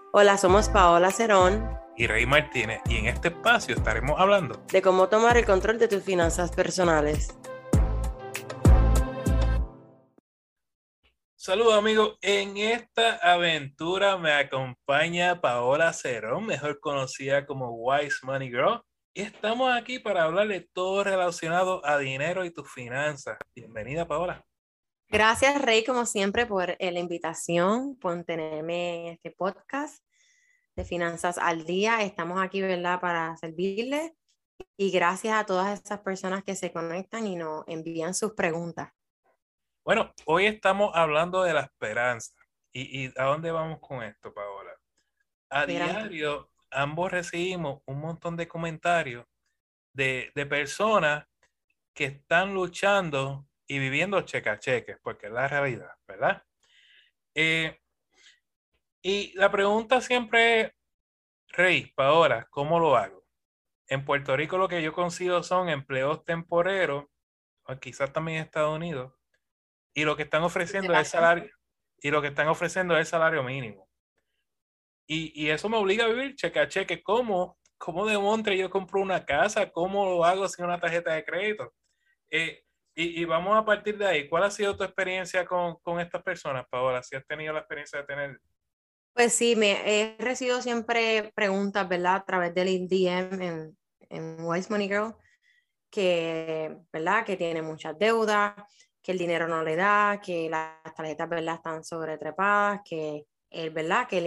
Hola, somos Paola Cerón, y Rey Martínez, y en este espacio estaremos hablando. de cómo tomar el control de tus finanzas personales. Saludos amigos, en esta aventura me acompaña Paola Cerón, mejor conocida como Wise Money Girl, y estamos aquí para hablar de todo relacionado a dinero y tus finanzas. Bienvenida, Paola. Gracias, Rey, como siempre, por la invitación, por tenerme en este podcast de Finanzas al Día. Estamos aquí, ¿verdad?, para servirles. Y gracias a todas esas personas que se conectan y nos envían sus preguntas. Bueno, hoy estamos hablando de la esperanza. ¿Y a dónde vamos con esto, Paola? A Mira, diario, ambos recibimos un montón de comentarios de personas que están luchando y viviendo cheque a cheque, porque es la realidad, ¿verdad? Eh, y la pregunta siempre es, Rey, Paola, ¿cómo lo hago? En Puerto Rico lo que yo consigo son empleos temporeros, o quizás también en Estados Unidos, y lo que están ofreciendo es salario, y lo que están ofreciendo es salario mínimo. Y eso me obliga a vivir cheque a cheque. ¿Cómo demontre yo compro una casa? ¿Cómo lo hago sin una tarjeta de crédito? Eh, y vamos a partir de ahí. ¿Cuál ha sido tu experiencia con estas personas, Paola? Si has tenido la experiencia de tener... pues sí, me he recibido siempre preguntas, ¿verdad?, a través del DM en Wise Money Girl, que, ¿verdad?, que tiene muchas deudas, que el dinero no le da, que las tarjetas, ¿verdad?, están sobretrepadas, que, ¿verdad?, que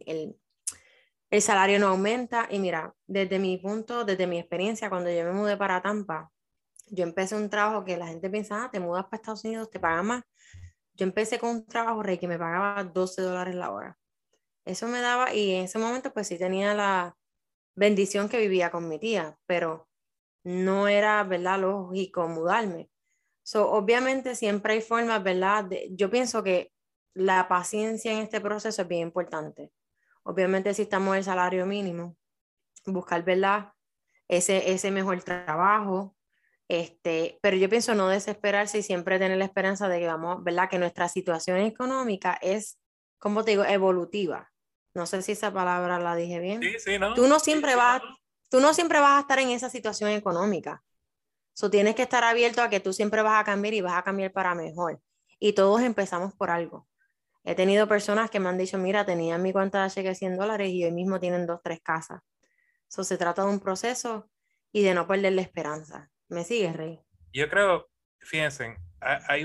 el salario no aumenta. Y mira, desde mi punto, desde mi experiencia, cuando yo me mudé para Tampa, yo empecé un trabajo que la gente piensa, te mudas para Estados Unidos, te pagan más. Yo empecé con un trabajo, Rey, que me pagaba $12 la hora. Eso me daba, y en ese momento pues sí tenía la bendición que vivía con mi tía, pero no era, ¿verdad?, lógico mudarme. So, obviamente siempre hay formas, ¿verdad? Yo pienso que la paciencia en este proceso es bien importante. Obviamente si estamos en el salario mínimo, buscar, ¿verdad?, ese mejor trabajo. Pero yo pienso no desesperarse y siempre tener la esperanza de que vamos, ¿verdad?, que nuestra situación económica es, como te digo, evolutiva. No sé si esa palabra la dije bien. Sí, sí, ¿no? Tú no siempre vas, tú no siempre vas a estar en esa situación económica. So, tienes que estar abierto a que tú siempre vas a cambiar y vas a cambiar para mejor. Y todos empezamos por algo. He tenido personas que me han dicho, mira, tenía mi cuenta de cheque $100 y hoy mismo tienen 2, 3 casas. So, se trata de un proceso y de no perder la esperanza. ¿Me sigues, Rey? Yo creo, fíjense, hay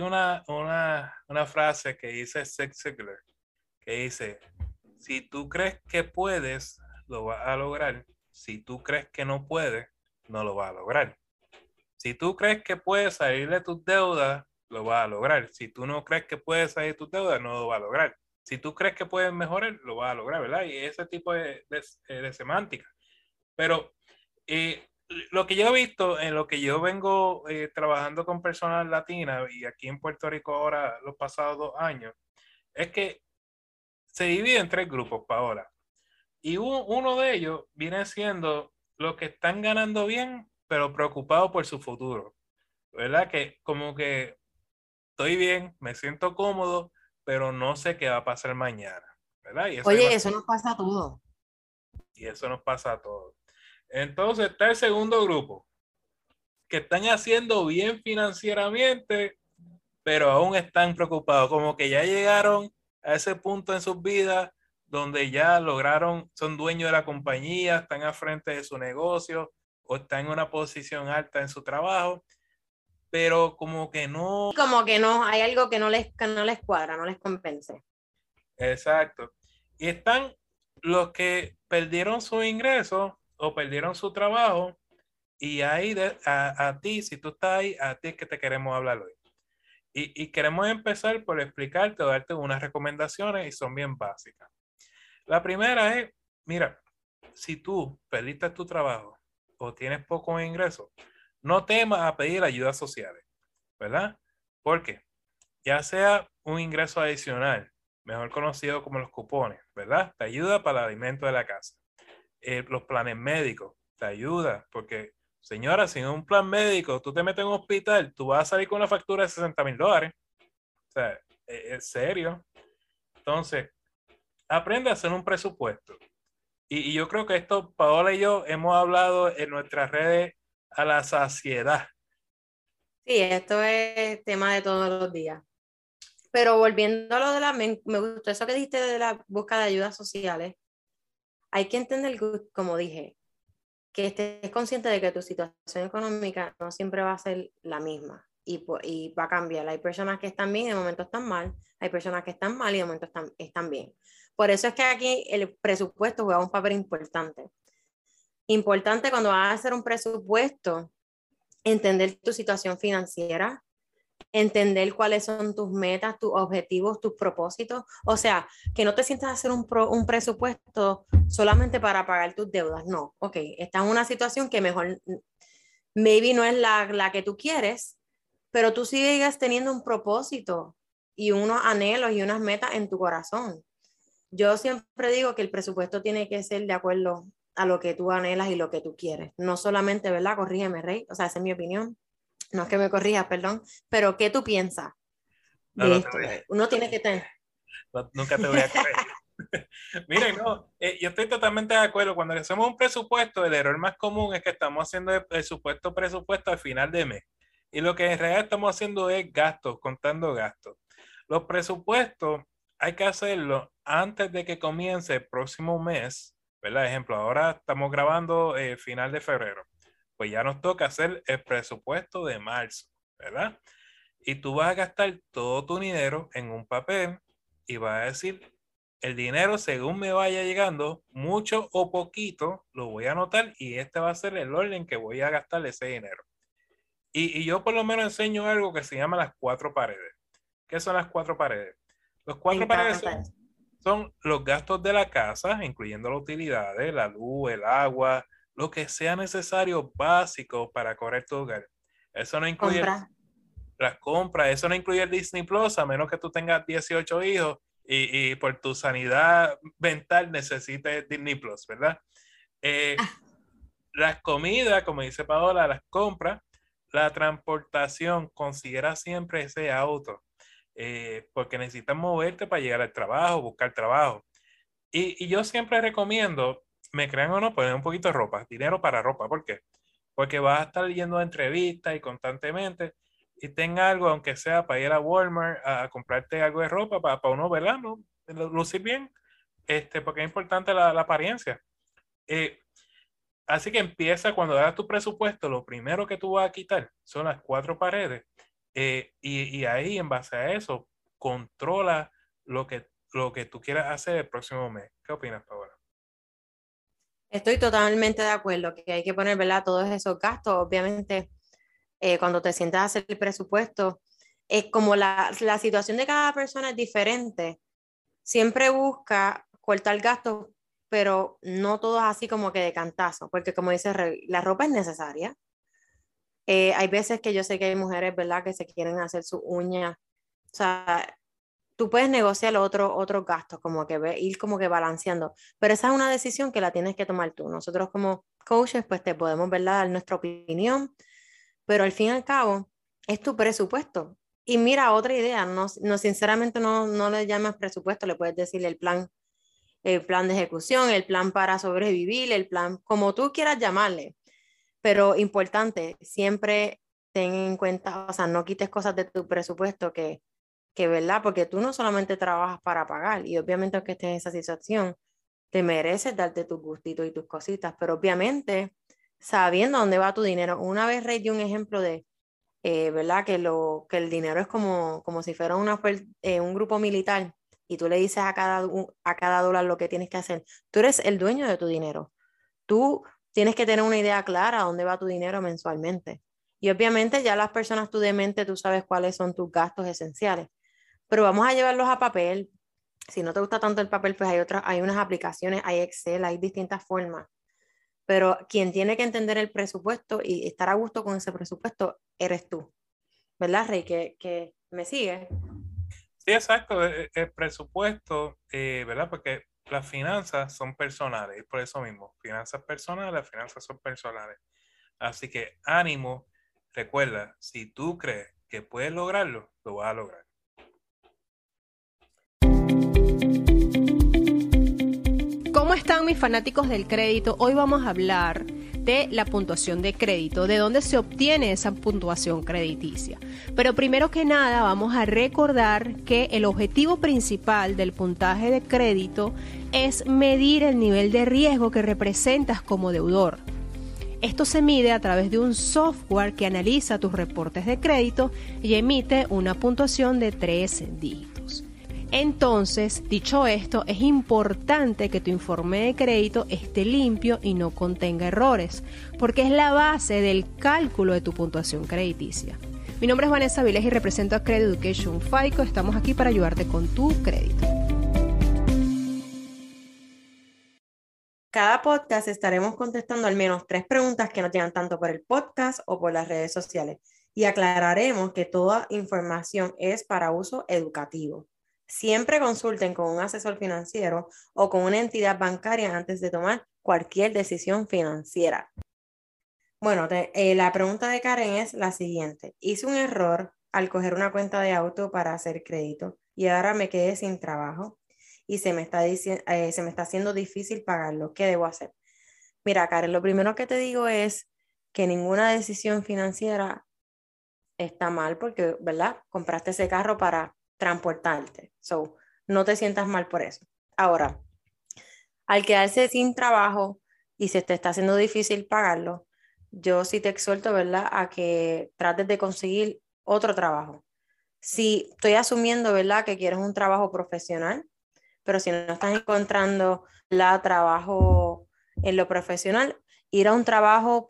una frase que dice Zig Ziglar, que dice, si tú crees que puedes, lo vas a lograr. Si tú crees que no puedes, no lo vas a lograr. Si tú crees que puedes salir de tus deudas, lo vas a lograr. Si tú no crees que puedes salir de tus deudas, no lo vas a lograr. Si tú crees que puedes mejorar, lo vas a lograr, ¿verdad? Y ese tipo de semántica. Pero eh, lo que yo he visto en lo que yo vengo trabajando con personas latinas y aquí en Puerto Rico ahora los pasados 2 años, es que se divide en tres grupos, Paola. Y uno de ellos viene siendo los que están ganando bien, pero preocupados por su futuro. ¿Verdad? Que como que estoy bien, me siento cómodo, pero no sé qué va a pasar mañana. ¿Verdad? Oye, eso nos pasa a todos. Y eso nos pasa a todos. Entonces está el segundo grupo, que están haciendo bien financieramente, pero aún están preocupados, como que ya llegaron a ese punto en sus vidas donde ya lograron, son dueños de la compañía, están al frente de su negocio o están en una posición alta en su trabajo, pero como que no. Como que no, hay algo que no les cuadra, no les convence. Exacto. Y están los que perdieron su ingreso o perdieron su trabajo y ahí a ti, si tú estás ahí, a ti es que te queremos hablar hoy. Y queremos empezar por explicarte o darte unas recomendaciones y son bien básicas. La primera es, mira, si tú perdiste tu trabajo o tienes poco ingreso, no temas a pedir ayudas sociales, ¿verdad? Porque ya sea un ingreso adicional, mejor conocido como los cupones, ¿verdad? Te ayuda para el alimento de la casa. Los planes médicos, te ayuda, porque, señora, sin un plan médico, tú te metes en un hospital, tú vas a salir con una factura de $60,000. O sea, es serio. Entonces, aprende a hacer un presupuesto. Y yo creo que esto, Paola y yo hemos hablado en nuestras redes a la saciedad. Sí, esto es tema de todos los días. Pero volviendo a lo de me gustó eso que dijiste de la búsqueda de ayudas sociales. Hay que entender, como dije, que estés consciente de que tu situación económica no siempre va a ser la misma y va a cambiar. Hay personas que están bien y de momento están mal, hay personas que están mal y de momento están bien. Por eso es que aquí el presupuesto juega un papel importante. Importante cuando vas a hacer un presupuesto, entender tu situación financiera, entender cuáles son tus metas, tus objetivos, tus propósitos. O sea, que no te sientas a hacer un presupuesto solamente para pagar tus deudas. No, ok, estás en una situación que mejor, maybe no es la que tú quieres, pero tú sigues teniendo un propósito y unos anhelos y unas metas en tu corazón. Yo siempre digo que el presupuesto tiene que ser de acuerdo a lo que tú anhelas y lo que tú quieres. No solamente, ¿verdad? Corrígeme, Rey. O sea, esa es mi opinión. No es que me corrijas, perdón. Pero, ¿qué tú piensas No, de no te esto? voy, Uno tiene que tener... nunca te voy a corregir. Miren, no, yo estoy totalmente de acuerdo. Cuando hacemos un presupuesto, el error más común es que estamos haciendo el supuesto presupuesto al final de mes. Y lo que en realidad estamos haciendo es gastos, contando gastos. Los presupuestos hay que hacerlo antes de que comience el próximo mes, ¿verdad? Ejemplo, ahora estamos grabando final de febrero. Pues ya nos toca hacer el presupuesto de marzo, ¿verdad? Y tú vas a gastar todo tu dinero en un papel y vas a decir, el dinero según me vaya llegando, mucho o poquito, lo voy a anotar y este va a ser el orden que voy a gastar ese dinero. Y yo por lo menos enseño algo que se llama las cuatro paredes. ¿Qué son las cuatro paredes? Los Me cuatro paredes encanta eso. son los gastos de la casa, incluyendo las utilidades, la luz, el agua, lo que sea necesario básico para correr tu hogar. Eso no incluye Compra. las compras, eso no incluye el Disney Plus, a menos que tú tengas 18 hijos y por tu sanidad mental necesites Disney Plus, ¿verdad? Eh, las comidas, como dice Paola, las compras, la transportación, considera siempre ese auto, porque necesitas moverte para llegar al trabajo, buscar trabajo. Y yo siempre recomiendo, me crean o no, poner un poquito de ropa, dinero para ropa. ¿Por qué? Porque vas a estar yendo a entrevistas y constantemente y tenga algo, aunque sea para ir a Walmart a comprarte algo de ropa para uno, ¿verdad? ¿No? Lucir bien, porque es importante la apariencia. Eh, Así que empieza cuando hagas tu presupuesto, lo primero que tú vas a quitar son las cuatro paredes. Y ahí, en base a eso, controla lo que tú quieras hacer el próximo mes. ¿Qué opinas, Paola? Estoy totalmente de acuerdo que hay que poner, ¿verdad? Todos esos gastos. Obviamente, cuando te sientas a hacer el presupuesto, es como la situación de cada persona es diferente. Siempre busca cortar gastos, pero no todos así como que de cantazo, porque como dice Rey, la ropa es necesaria. Hay veces que yo sé que hay mujeres, ¿verdad?, que se quieren hacer sus uñas. O sea, tú puedes negociar otros gastos, como que ir como que balanceando, pero esa es una decisión que la tienes que tomar tú. Nosotros como coaches, pues te podemos, ¿verdad?, dar nuestra opinión, pero al fin y al cabo es tu presupuesto. Y mira, otra idea, no sinceramente no le llamas presupuesto, le puedes decir el plan de ejecución, el plan para sobrevivir, el plan, como tú quieras llamarle. Pero importante, siempre ten en cuenta, o sea, no quites cosas de tu presupuesto ¿verdad? Porque tú no solamente trabajas para pagar y obviamente aunque estés en esa situación, te mereces darte tus gustitos y tus cositas, pero obviamente sabiendo dónde va tu dinero. Una vez Rey dio un ejemplo de, ¿verdad? Que el dinero es como si fuera un grupo militar y tú le dices a cada dólar lo que tienes que hacer. Tú eres el dueño de tu dinero. Tú tienes que tener una idea clara a dónde va tu dinero mensualmente. Y obviamente ya las personas tú de mente, tú sabes cuáles son tus gastos esenciales, pero vamos a llevarlos a papel. Si no te gusta tanto el papel, pues hay unas aplicaciones, hay Excel, hay distintas formas. Pero quien tiene que entender el presupuesto y estar a gusto con ese presupuesto eres tú, ¿verdad, Rey? Que me sigue. Sí, exacto. El presupuesto, ¿verdad? Porque las finanzas son personales, y por eso mismo, finanzas personales, las finanzas son personales. Así que ánimo, recuerda, si tú crees que puedes lograrlo, lo vas a lograr. están mis fanáticos del crédito? Hoy vamos a hablar de la puntuación de crédito, de dónde se obtiene esa puntuación crediticia. Pero primero que nada vamos a recordar que el objetivo principal del puntaje de crédito es medir el nivel de riesgo que representas como deudor. Esto se mide a través de un software que analiza tus reportes de crédito y emite una puntuación de 3 dígitos. Entonces, dicho esto, es importante que tu informe de crédito esté limpio y no contenga errores, porque es la base del cálculo de tu puntuación crediticia. Mi nombre es Vanessa Viles y represento a Credit Education FICO. Estamos aquí para ayudarte con tu crédito. Cada podcast estaremos contestando al menos 3 preguntas que nos llegan tanto por el podcast o por las redes sociales y aclararemos que toda información es para uso educativo. Siempre consulten con un asesor financiero o con una entidad bancaria antes de tomar cualquier decisión financiera. Bueno, la pregunta de Karen es la siguiente. Hice un error al coger una cuenta de auto para hacer crédito y ahora me quedé sin trabajo y se me está haciendo difícil pagarlo. ¿Qué debo hacer? Mira, Karen, lo primero que te digo es que ninguna decisión financiera está mal porque, ¿verdad? Compraste ese carro para transportarte. So, no te sientas mal por eso. Ahora, al quedarse sin trabajo y se te está haciendo difícil pagarlo, yo sí te exhorto, ¿verdad?, a que trates de conseguir otro trabajo. Si estoy asumiendo, ¿verdad?, que quieres un trabajo profesional, pero si no estás encontrando trabajo en lo profesional, ir a un trabajo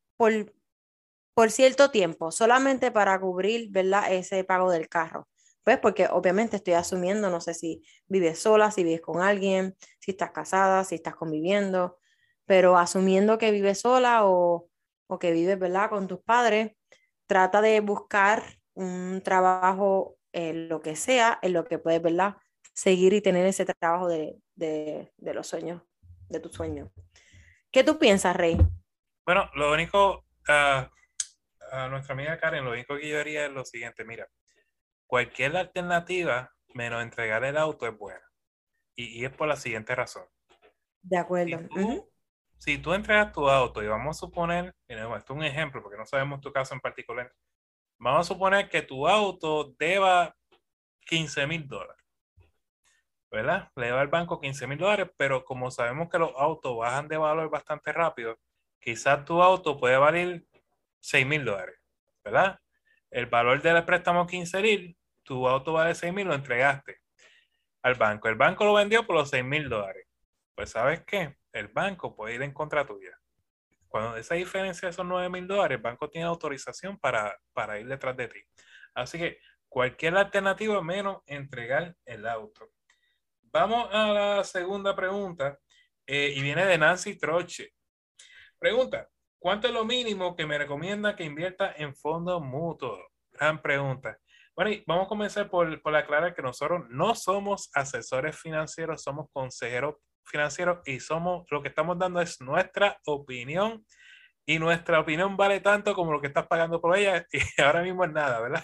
por cierto tiempo, solamente para cubrir, ¿verdad?, ese pago del carro. Pues porque obviamente estoy asumiendo, no sé si vives sola, si vives con alguien, si estás casada, si estás conviviendo, pero asumiendo que vives sola o que vives, ¿verdad?, con tus padres, trata de buscar un trabajo en lo que sea, en lo que puedes, ¿verdad?, seguir y tener ese trabajo de los sueños, de tus sueños. ¿Qué tú piensas, Rey? Bueno, lo único, a nuestra amiga Karen, lo único que yo haría es lo siguiente, mira, cualquier alternativa menos entregar el auto es buena. Y es por la siguiente razón. De acuerdo. Si tú entregas tu auto y vamos a suponer, esto es un ejemplo porque no sabemos tu caso en particular, vamos a suponer que tu auto deba $15,000, ¿verdad? Le deba al banco $15,000, pero como sabemos que los autos bajan de valor bastante rápido, quizás tu auto puede valer $6,000, ¿verdad? El valor del préstamo $15,000, tu auto vale $6,000, lo entregaste al banco. El banco lo vendió por los $6,000. Pues ¿sabes qué? El banco puede ir en contra tuya. Cuando esa diferencia de esos $9,000, el banco tiene autorización para ir detrás de ti. Así que cualquier alternativa menos entregar el auto. Vamos a la segunda pregunta y viene de Nancy Troche. Pregunta, ¿cuánto es lo mínimo que me recomienda que invierta en fondos mutuos? Gran pregunta. Bueno, y vamos a comenzar por aclarar que nosotros no somos asesores financieros, somos consejeros financieros y lo que estamos dando es nuestra opinión y nuestra opinión vale tanto como lo que estás pagando por ella y ahora mismo es nada, ¿verdad?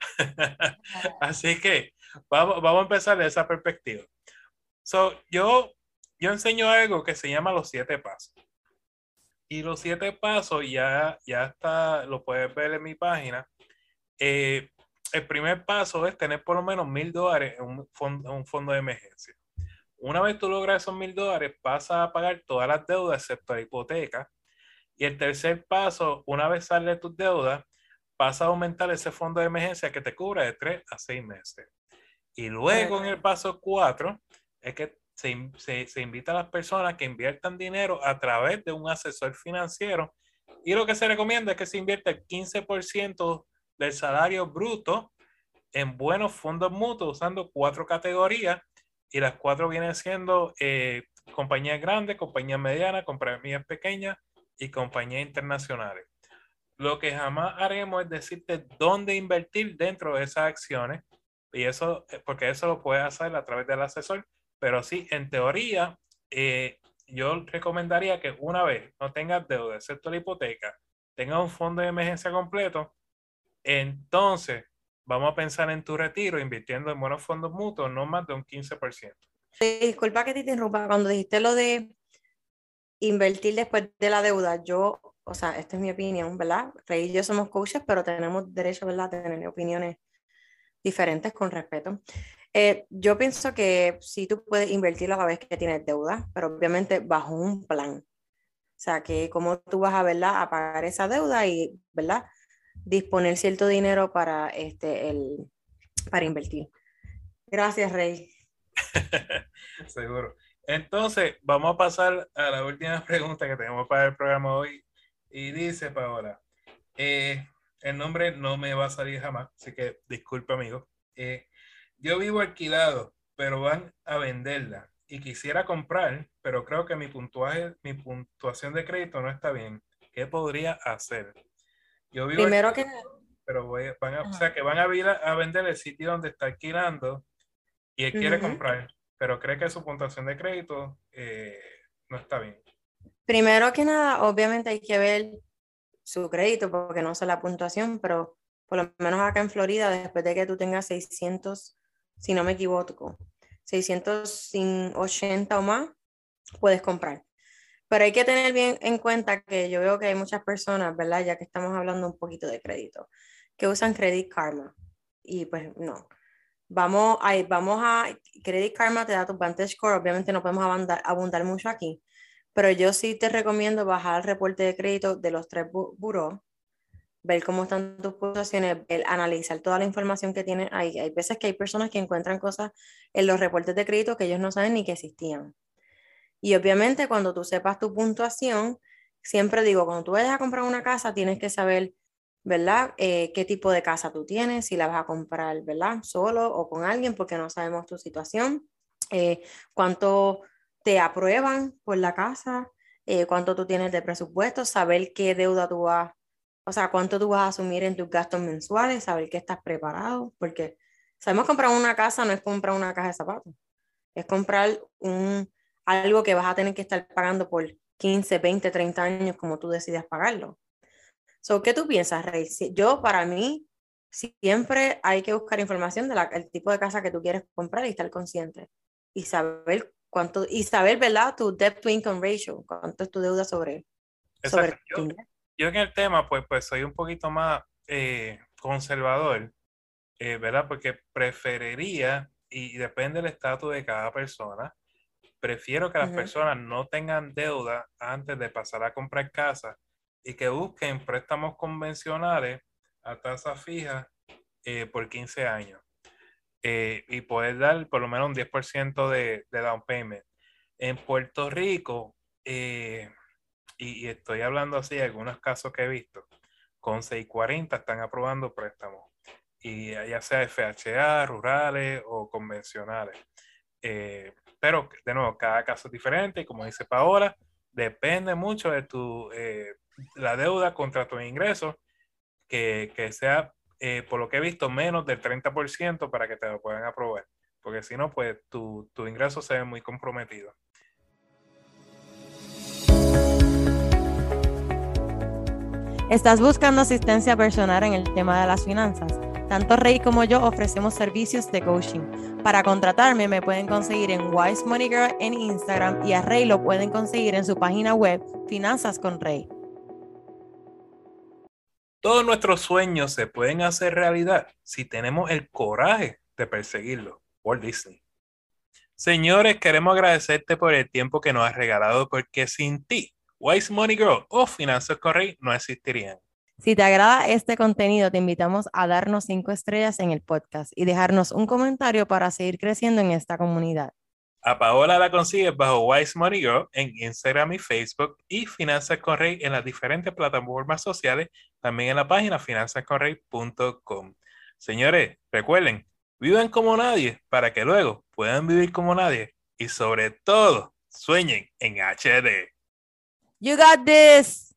Así que vamos a empezar de esa perspectiva. Yo enseño algo que se llama los 7 pasos. Y los 7 pasos ya está, lo puedes ver en mi página. El primer paso es tener por lo menos $1,000 en un fondo de emergencia. Una vez tú logras esos $1,000, pasas a pagar todas las deudas excepto la hipoteca. Y el tercer paso, una vez sales de tus deudas, pasa a aumentar ese fondo de emergencia que te cubra de 3 a 6 meses. Y luego en el paso 4 es que se invita a las personas que inviertan dinero a través de un asesor financiero y lo que se recomienda es que se invierta el 15% del salario bruto en buenos fondos mutuos usando 4 categorías y las 4 vienen siendo compañías grandes, compañías medianas, compañías pequeñas y compañías internacionales. Lo que jamás haremos es decirte dónde invertir dentro de esas acciones y eso, porque eso lo puedes hacer a través del asesor, pero sí, en teoría, yo recomendaría que una vez no tengas deuda, excepto la hipoteca, tengas un fondo de emergencia completo, entonces vamos a pensar en tu retiro invirtiendo en buenos fondos mutuos, no más de un 15%. Disculpa que te interrumpa, cuando dijiste lo de invertir después de la deuda, yo, o sea, esta es mi opinión, ¿verdad? Rey y yo somos coaches, pero tenemos derecho, ¿verdad?, a tener opiniones diferentes con respeto. Yo pienso que sí tú puedes invertir a la vez que tienes deuda, pero obviamente bajo un plan. O sea, que cómo tú vas a, ¿verdad?, a pagar esa deuda y, ¿verdad?, disponer cierto dinero para, para invertir. Gracias, Rey. Seguro. Entonces, vamos a pasar a la última pregunta que tenemos para el programa hoy. Y dice Paola, el nombre no me va a salir jamás, así que disculpa, amigo. Yo vivo alquilado, pero van a venderla. Y quisiera comprar, pero creo que mi puntuación de crédito no está bien. ¿Qué podría hacer? Yo vivo Primero alquilado, que nada, pero o sea, que van a vender el sitio donde está alquilando y él quiere comprar, pero cree que su puntuación de crédito no está bien. primero que nada, obviamente hay que ver su crédito porque no sé la puntuación, pero por lo menos acá en Florida, después de que tú tengas 600, si no me equivoco, 680 o más, puedes comprar. Pero hay que tener bien en cuenta que yo veo que hay muchas personas, ¿verdad? Ya que estamos hablando un poquito de crédito, que usan Credit Karma. Y pues no. Vamos a, Credit Karma te da tu Vantage Score, obviamente no podemos abundar mucho aquí, pero yo sí te recomiendo bajar el reporte de crédito de los tres buros, ver cómo están tus puntuaciones, analizar toda la información que tienen ahí. Hay veces que hay personas que encuentran cosas en los reportes de crédito que ellos no saben ni que existían. Y obviamente cuando tú sepas tu puntuación, siempre digo, cuando tú vayas a comprar una casa, tienes que saber, ¿verdad? Qué tipo de casa tú tienes, si la vas a comprar, ¿verdad? Solo o con alguien, porque no sabemos tu situación. Cuánto te aprueban por la casa, cuánto tú tienes de presupuesto, saber qué deuda tú vas, o sea, cuánto tú vas a asumir en tus gastos mensuales, saber que estás preparado, porque sabemos comprar una casa no es comprar una caja de zapatos, es comprar algo que vas a tener que estar pagando por 15, 20, 30 años como tú decidas pagarlo. So, ¿qué tú piensas, Rey? Yo, para mí, siempre hay que buscar información del tipo de casa que tú quieres comprar y estar consciente. Y saber cuánto, y saber, ¿verdad? Tu debt to income ratio, cuánto es tu deuda Exacto. sobre tu ingreso. Yo en el tema, pues soy un poquito más conservador, ¿verdad? Porque preferiría, y depende del estatus de cada persona, prefiero que las personas no tengan deuda antes de pasar a comprar casa y que busquen préstamos convencionales a tasa fija por 15 años y poder dar por lo menos un 10% de down payment. En Puerto Rico, y estoy hablando así de algunos casos que he visto, con 640 están aprobando préstamos, y ya sea FHA, rurales o convencionales. Pero de nuevo, cada caso es diferente y como dice Paola, depende mucho de la deuda contra tus ingresos, que sea, por lo que he visto, menos del 30% para que te lo puedan aprobar. Porque si no, pues tu ingreso se ve muy comprometido. ¿Estás buscando asistencia personal en el tema de las finanzas? Tanto Rey como yo ofrecemos servicios de coaching. Para contratarme me pueden conseguir en Wise Money Girl en Instagram y a Rey lo pueden conseguir en su página web Finanzas con Rey. Todos nuestros sueños se pueden hacer realidad si tenemos el coraje de perseguirlos. Walt Disney. Señores, queremos agradecerte por el tiempo que nos has regalado, porque sin ti, Wise Money Girl o Finanzas con Rey no existirían. Si te agrada este contenido, te invitamos a darnos 5 estrellas en el podcast y dejarnos un comentario para seguir creciendo en esta comunidad. A Paola la consigues bajo Wise Money Girl en Instagram y Facebook, y Finanzas con Rey en las diferentes plataformas sociales, también en la página finanzasconrey.com. Señores, recuerden, vivan como nadie para que luego puedan vivir como nadie, y sobre todo, sueñen en HD. You got this!